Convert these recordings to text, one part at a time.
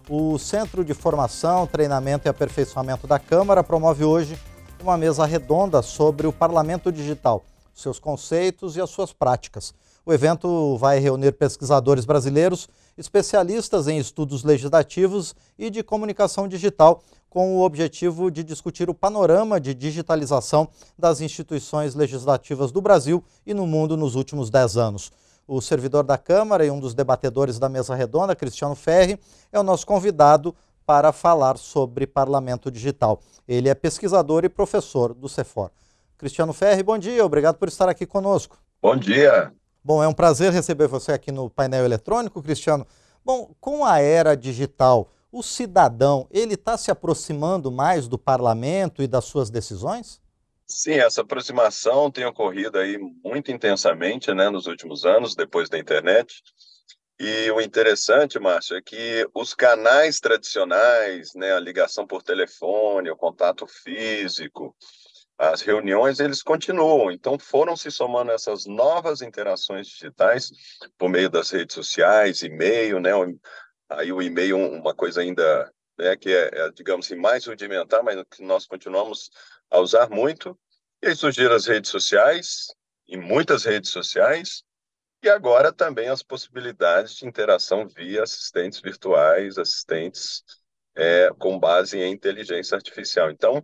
O Centro de Formação, Treinamento e Aperfeiçoamento da Câmara promove hoje uma mesa redonda sobre o Parlamento Digital, seus conceitos e as suas práticas. O evento vai reunir pesquisadores brasileiros, especialistas em estudos legislativos e de comunicação digital, com o objetivo de discutir o panorama de digitalização das instituições legislativas do Brasil e no mundo nos últimos 10 anos. O servidor da Câmara e um dos debatedores da mesa redonda, Cristiano Ferri, é o nosso convidado para falar sobre parlamento digital. Ele é pesquisador e professor do CEFOR. Cristiano Ferri, bom dia, obrigado por estar aqui conosco. Bom dia. Bom, é um prazer receber você aqui no painel eletrônico, Cristiano. Bom, com a era digital, o cidadão, ele está se aproximando mais do parlamento e das suas decisões? Sim, essa aproximação tem ocorrido aí muito intensamente, né, nos últimos anos, depois da internet. E o interessante, Márcio, é que os canais tradicionais, né, a ligação por telefone, o contato físico, as reuniões, eles continuam. Então, foram se somando essas novas interações digitais por meio das redes sociais, e-mail, né? Aí o e-mail uma coisa ainda, né, que digamos assim, mais rudimentar, mas que nós continuamos a usar muito. E aí surgiram as redes sociais, e muitas redes sociais, e agora também as possibilidades de interação via assistentes virtuais, assistentes com base em inteligência artificial. Então,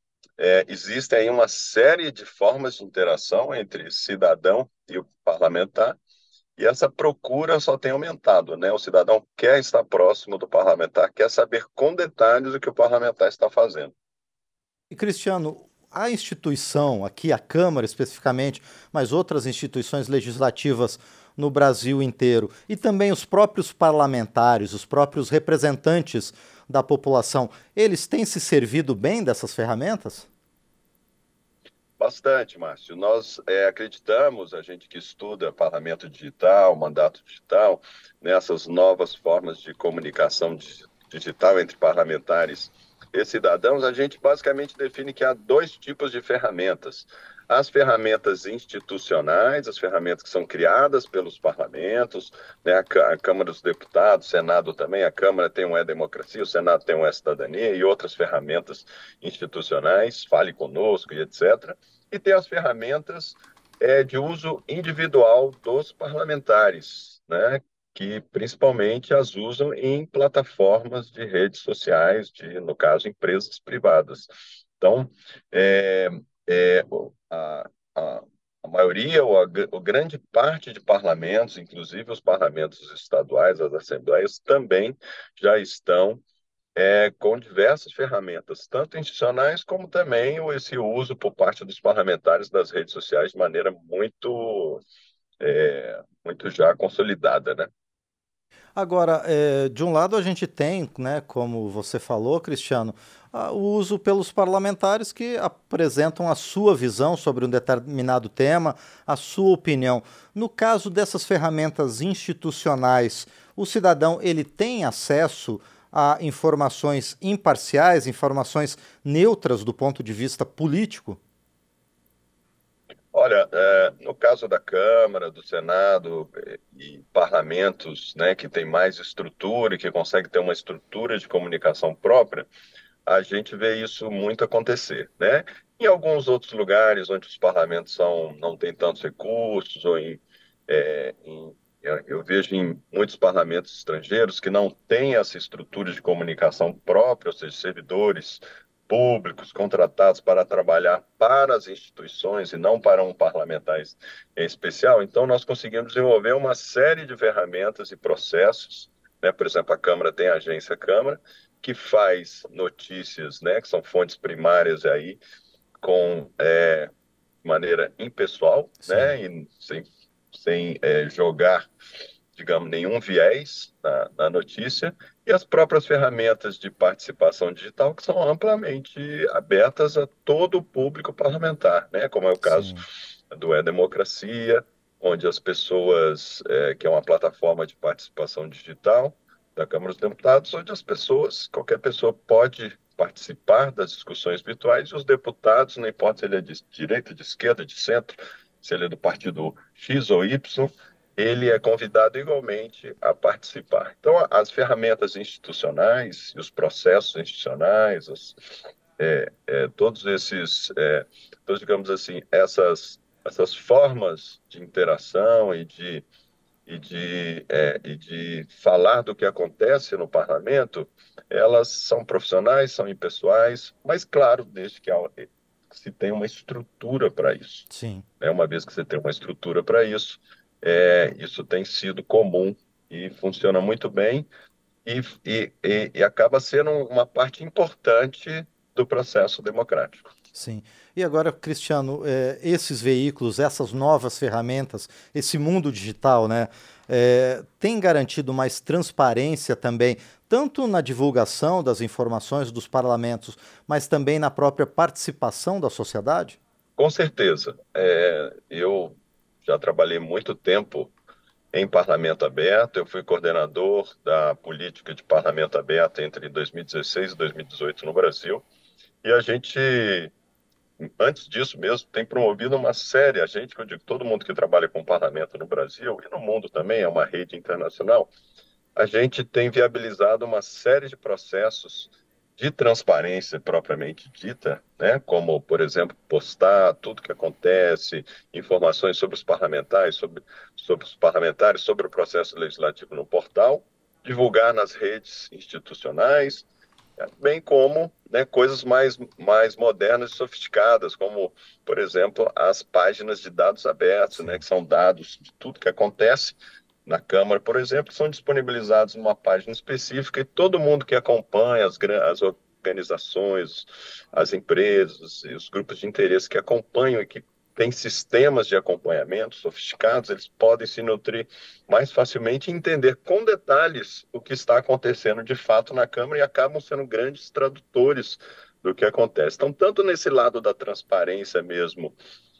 existe aí uma série de formas de interação entre cidadão e o parlamentar, e essa procura só tem aumentado, né? O cidadão quer estar próximo do parlamentar, quer saber com detalhes o que o parlamentar está fazendo. E, Cristiano, a instituição, aqui a Câmara especificamente, mas outras instituições legislativas no Brasil inteiro, e também os próprios parlamentares, os próprios representantes da população, eles têm se servido bem dessas ferramentas? Bastante, Márcio. Nós acreditamos, a gente que estuda parlamento digital, mandato digital, nessas novas formas de comunicação digital entre parlamentares e cidadãos, a gente basicamente define que há dois tipos de ferramentas. As ferramentas institucionais, as ferramentas que são criadas pelos parlamentos, né, a Câmara dos Deputados, o Senado também, a Câmara tem um E-Democracia, o Senado tem um E-Cidadania e outras ferramentas institucionais, Fale Conosco e etc. E tem as ferramentas de uso individual dos parlamentares, né, que principalmente as usam em plataformas de redes sociais, no caso, empresas privadas. Então, é, é, a, a maioria ou a grande parte de parlamentos, inclusive os parlamentos estaduais, as assembleias, também já estão com diversas ferramentas, tanto institucionais como também esse uso por parte dos parlamentares das redes sociais de maneira muito já consolidada, né? Agora, de um lado a gente tem, né, como você falou, Cristiano, o uso pelos parlamentares que apresentam a sua visão sobre um determinado tema, a sua opinião. No caso dessas ferramentas institucionais, o cidadão ele tem acesso a informações imparciais, informações neutras do ponto de vista político? Olha, no caso da Câmara, do Senado e parlamentos, né, que tem mais estrutura e que consegue ter uma estrutura de comunicação própria, a gente vê isso muito acontecer, né? Em alguns outros lugares onde os parlamentos não têm tantos recursos, eu vejo em muitos parlamentos estrangeiros que não têm essa estrutura de comunicação própria, ou seja, servidores públicos contratados para trabalhar para as instituições e não para um parlamentar em especial. Então, nós conseguimos desenvolver uma série de ferramentas e processos, né? Por exemplo, a Câmara tem a agência Câmara, que faz notícias, né, que são fontes primárias aí, de maneira impessoal, Sim. né, e sem jogar, digamos, nenhum viés na notícia, e as próprias ferramentas de participação digital que são amplamente abertas a todo o público parlamentar, né, como é o caso Sim. do E-Democracia, onde as pessoas, que é uma plataforma de participação digital da Câmara dos Deputados, onde qualquer pessoa pode participar das discussões virtuais e os deputados, não importa se ele é de direita, de esquerda, de centro, se ele é do partido X ou Y, ele é convidado igualmente a participar. Então, as ferramentas institucionais e os processos institucionais, todos esses, todos, digamos assim, essas formas de interação e de falar do que acontece no parlamento, elas são profissionais, são impessoais, mas, claro, desde que se tem uma estrutura para isso. Sim. Uma vez que você tem uma estrutura para isso, isso tem sido comum e funciona muito bem e acaba sendo uma parte importante do processo democrático. Sim. E agora, Cristiano, esses veículos, essas novas ferramentas, esse mundo digital, né, tem garantido mais transparência também, tanto na divulgação das informações dos parlamentos, mas também na própria participação da sociedade? Com certeza. Eu já trabalhei muito tempo em parlamento aberto, eu fui coordenador da política de parlamento aberto entre 2016 e 2018 no Brasil, e a gente, antes disso mesmo, tem promovido uma série, que eu digo, todo mundo que trabalha com parlamento no Brasil e no mundo também, é uma rede internacional, a gente tem viabilizado uma série de processos de transparência propriamente dita, né? Como, por exemplo, postar tudo que acontece, informações sobre os parlamentares, sobre os parlamentares, sobre o processo legislativo no portal, divulgar nas redes institucionais, bem como, né, coisas mais modernas e sofisticadas, como, por exemplo, as páginas de dados abertos, né, que são dados de tudo que acontece na Câmara, por exemplo, são disponibilizados numa página específica e todo mundo que acompanha, as organizações, as empresas e os grupos de interesse que acompanham e que têm sistemas de acompanhamento sofisticados, eles podem se nutrir mais facilmente e entender com detalhes o que está acontecendo de fato na Câmara e acabam sendo grandes tradutores do que acontece. Então, tanto nesse lado da transparência mesmo,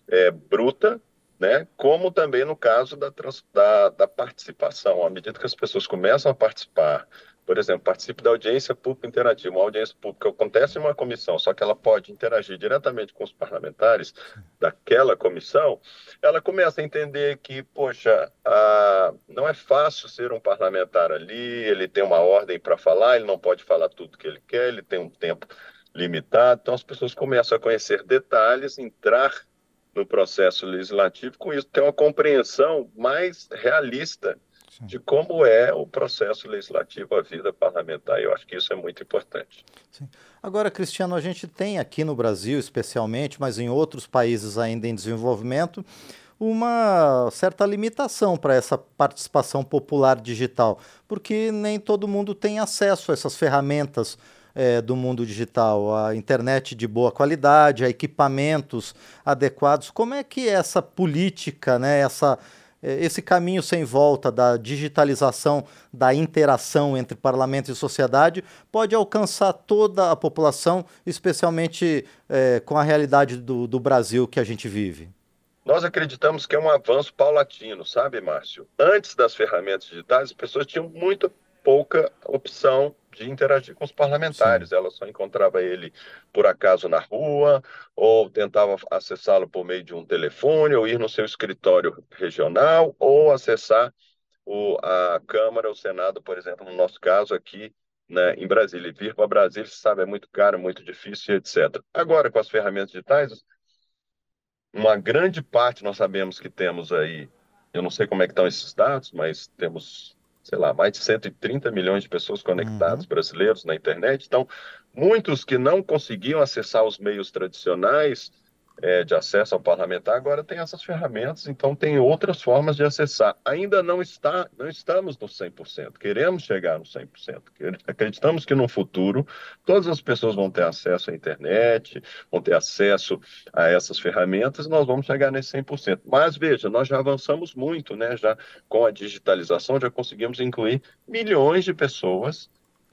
bruta, né? Como também no caso da participação. À medida que as pessoas começam a participar, por exemplo, participe da audiência pública interativa. Uma audiência pública acontece em uma comissão, só que ela pode interagir diretamente com os parlamentares daquela comissão, ela começa a entender que, poxa, não é fácil ser um parlamentar ali, ele tem uma ordem para falar, ele não pode falar tudo que ele quer, ele tem um tempo limitado, então as pessoas começam a conhecer detalhes, entrar no processo legislativo, com isso ter uma compreensão mais realista de como é o processo legislativo, a vida parlamentar. Eu acho que isso é muito importante. Sim. Agora, Cristiano, a gente tem aqui no Brasil, especialmente, mas em outros países ainda em desenvolvimento, uma certa limitação para essa participação popular digital, porque nem todo mundo tem acesso a essas ferramentas do mundo digital, a internet de boa qualidade, a equipamentos adequados. Como é que essa política, né, esse caminho sem volta da digitalização, da interação entre parlamento e sociedade, pode alcançar toda a população, especialmente com a realidade do Brasil que a gente vive? Nós acreditamos que é um avanço paulatino, sabe, Márcio? Antes das ferramentas digitais, as pessoas tinham muito pouca opção de interagir com os Sim. parlamentares. Ela só encontrava ele por acaso na rua, ou tentava acessá-lo por meio de um telefone, ou ir no seu escritório regional, ou acessar a Câmara, o Senado, por exemplo, no nosso caso aqui, né, em Brasília. Vir para Brasília, você sabe, é muito caro, muito difícil, etc. Agora, com as ferramentas digitais, uma grande parte nós sabemos que temos aí, eu não sei como é que estão esses dados, mas temos, sei lá, mais de 130 milhões de pessoas conectadas, Uhum. brasileiros, na internet. Então, muitos que não conseguiam acessar os meios tradicionais de acesso ao parlamentar, agora tem essas ferramentas, então tem outras formas de acessar. Ainda não estamos no 100%, queremos chegar no 100%. Acreditamos que no futuro todas as pessoas vão ter acesso à internet, vão ter acesso a essas ferramentas, e nós vamos chegar nesse 100%. Mas veja, nós já avançamos muito, né? Já com a digitalização já conseguimos incluir milhões de pessoas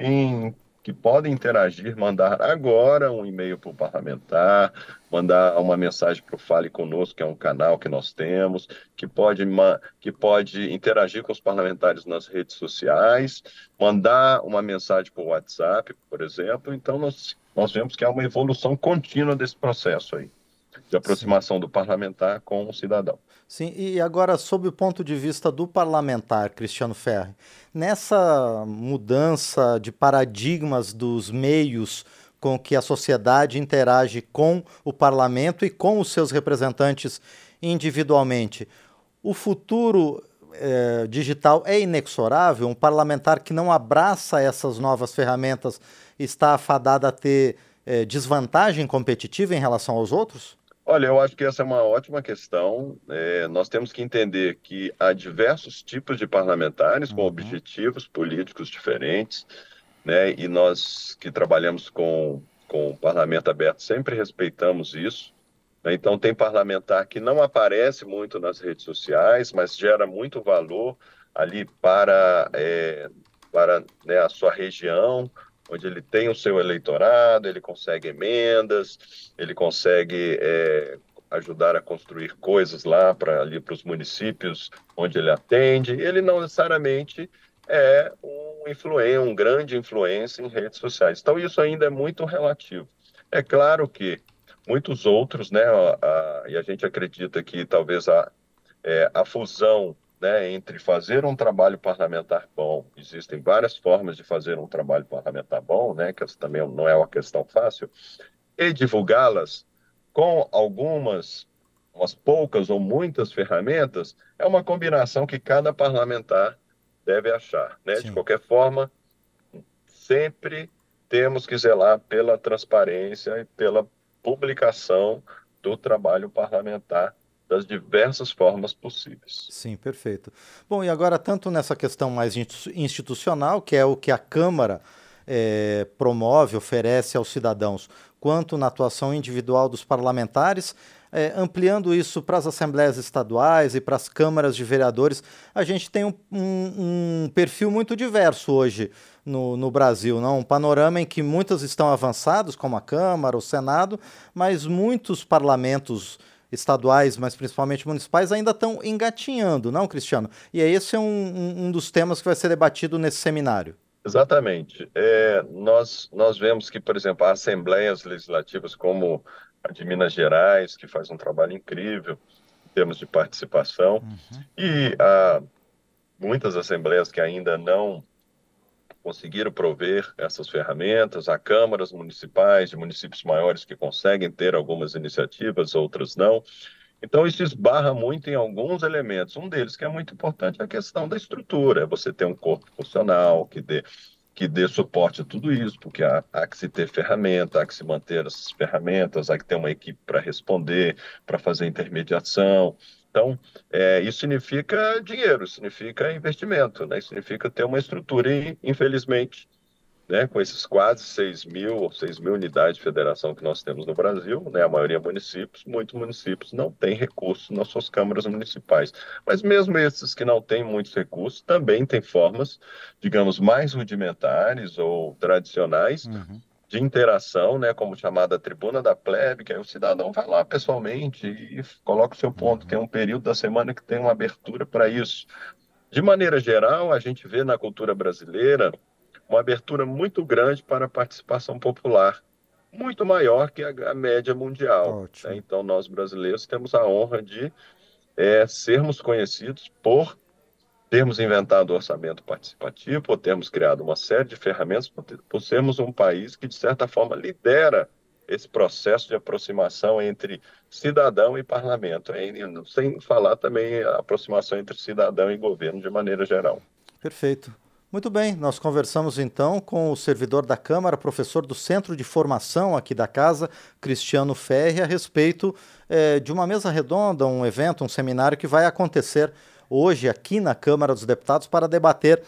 que podem interagir, mandar agora um e-mail para o parlamentar, mandar uma mensagem para o Fale Conosco, que é um canal que nós temos, que pode interagir com os parlamentares nas redes sociais, mandar uma mensagem por WhatsApp, por exemplo. Então, nós vemos que há uma evolução contínua desse processo aí. de aproximação do parlamentar com o cidadão. Sim, e agora, sob o ponto de vista do parlamentar, Cristiano Ferri, nessa mudança de paradigmas dos meios com que a sociedade interage com o parlamento e com os seus representantes individualmente, o futuro digital é inexorável? Um parlamentar que não abraça essas novas ferramentas está afadado a ter desvantagem competitiva em relação aos outros? Olha, eu acho que essa é uma ótima questão. Nós temos que entender que há diversos tipos de parlamentares com objetivos políticos diferentes, né? E nós que trabalhamos com o parlamento aberto sempre respeitamos isso, né? Então, tem parlamentar que não aparece muito nas redes sociais, mas gera muito valor ali para né, a sua região, onde ele tem o seu eleitorado, ele consegue emendas, ele consegue ajudar a construir coisas lá para os municípios onde ele atende. Ele não necessariamente é um grande influência em redes sociais. Então, isso ainda é muito relativo. É claro que muitos outros, né, e a gente acredita que talvez a fusão, né, entre fazer um trabalho parlamentar bom, existem várias formas de fazer um trabalho parlamentar bom, né, que essa também não é uma questão fácil, e divulgá-las com umas poucas ou muitas ferramentas, é uma combinação que cada parlamentar deve achar, né? De qualquer forma, sempre temos que zelar pela transparência e pela publicação do trabalho parlamentar das diversas formas possíveis. Sim, perfeito. Bom, e agora, tanto nessa questão mais institucional, que é o que a Câmara promove, oferece aos cidadãos, quanto na atuação individual dos parlamentares, ampliando isso para as assembleias estaduais e para as câmaras de vereadores, a gente tem um perfil muito diverso hoje no Brasil, não? Um panorama em que muitos estão avançados, como a Câmara, o Senado, mas muitos parlamentos estaduais, mas principalmente municipais, ainda estão engatinhando, não, Cristiano? E esse é um dos temas que vai ser debatido nesse seminário. Exatamente. Nós vemos que, por exemplo, há assembleias legislativas como a de Minas Gerais, que faz um trabalho incrível em termos de participação, e há muitas assembleias que ainda não conseguiram prover essas ferramentas, há câmaras municipais de municípios maiores que conseguem ter algumas iniciativas, outras não. Então, isso esbarra muito em alguns elementos. Um deles, que é muito importante, é a questão da estrutura. Você ter um corpo funcional que dê suporte a tudo isso, porque há que se ter ferramenta, há que se manter essas ferramentas, há que ter uma equipe para responder, para fazer intermediação. Então, isso significa dinheiro, significa investimento, né? Significa ter uma estrutura e, infelizmente, né, com esses quase 6 mil unidades de federação que nós temos no Brasil, né, a maioria muitos municípios não têm recursos nas suas câmaras municipais. Mas mesmo esses que não têm muitos recursos, também têm formas, digamos, mais rudimentares ou tradicionais de interação, né, como chamada tribuna da plebe, que aí o cidadão vai lá pessoalmente e coloca o seu ponto. Tem um período da semana que tem uma abertura para isso. De maneira geral, a gente vê na cultura brasileira uma abertura muito grande para a participação popular, muito maior que a média mundial. Né? Então, nós brasileiros temos a honra de sermos conhecidos por termos inventado o orçamento participativo, por termos criado uma série de ferramentas, por sermos um país que, de certa forma, lidera esse processo de aproximação entre cidadão e parlamento, sem falar também a aproximação entre cidadão e governo de maneira geral. Perfeito. Muito bem, nós conversamos então com o servidor da Câmara, professor do Centro de Formação aqui da Casa, Cristiano Ferri, a respeito de uma mesa redonda, um evento, um seminário que vai acontecer hoje aqui na Câmara dos Deputados para debater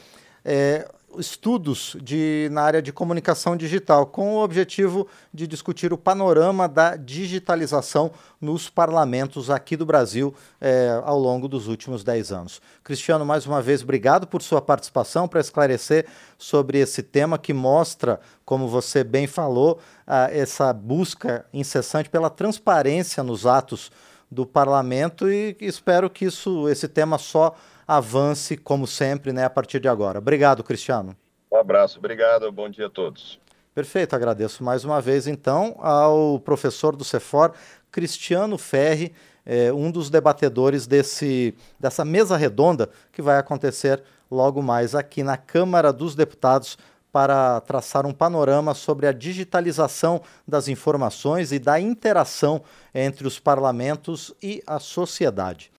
estudos na área de comunicação digital, com o objetivo de discutir o panorama da digitalização nos parlamentos aqui do Brasil ao longo dos últimos 10 anos. Cristiano, mais uma vez, obrigado por sua participação para esclarecer sobre esse tema que mostra, como você bem falou, essa busca incessante pela transparência nos atos do parlamento e espero que esse tema só avance, como sempre, né, a partir de agora. Obrigado, Cristiano. Um abraço, obrigado, bom dia a todos. Perfeito, agradeço mais uma vez então ao professor do CEFOR, Cristiano Ferri, um dos debatedores dessa mesa redonda que vai acontecer logo mais aqui na Câmara dos Deputados para traçar um panorama sobre a digitalização das informações e da interação entre os parlamentos e a sociedade.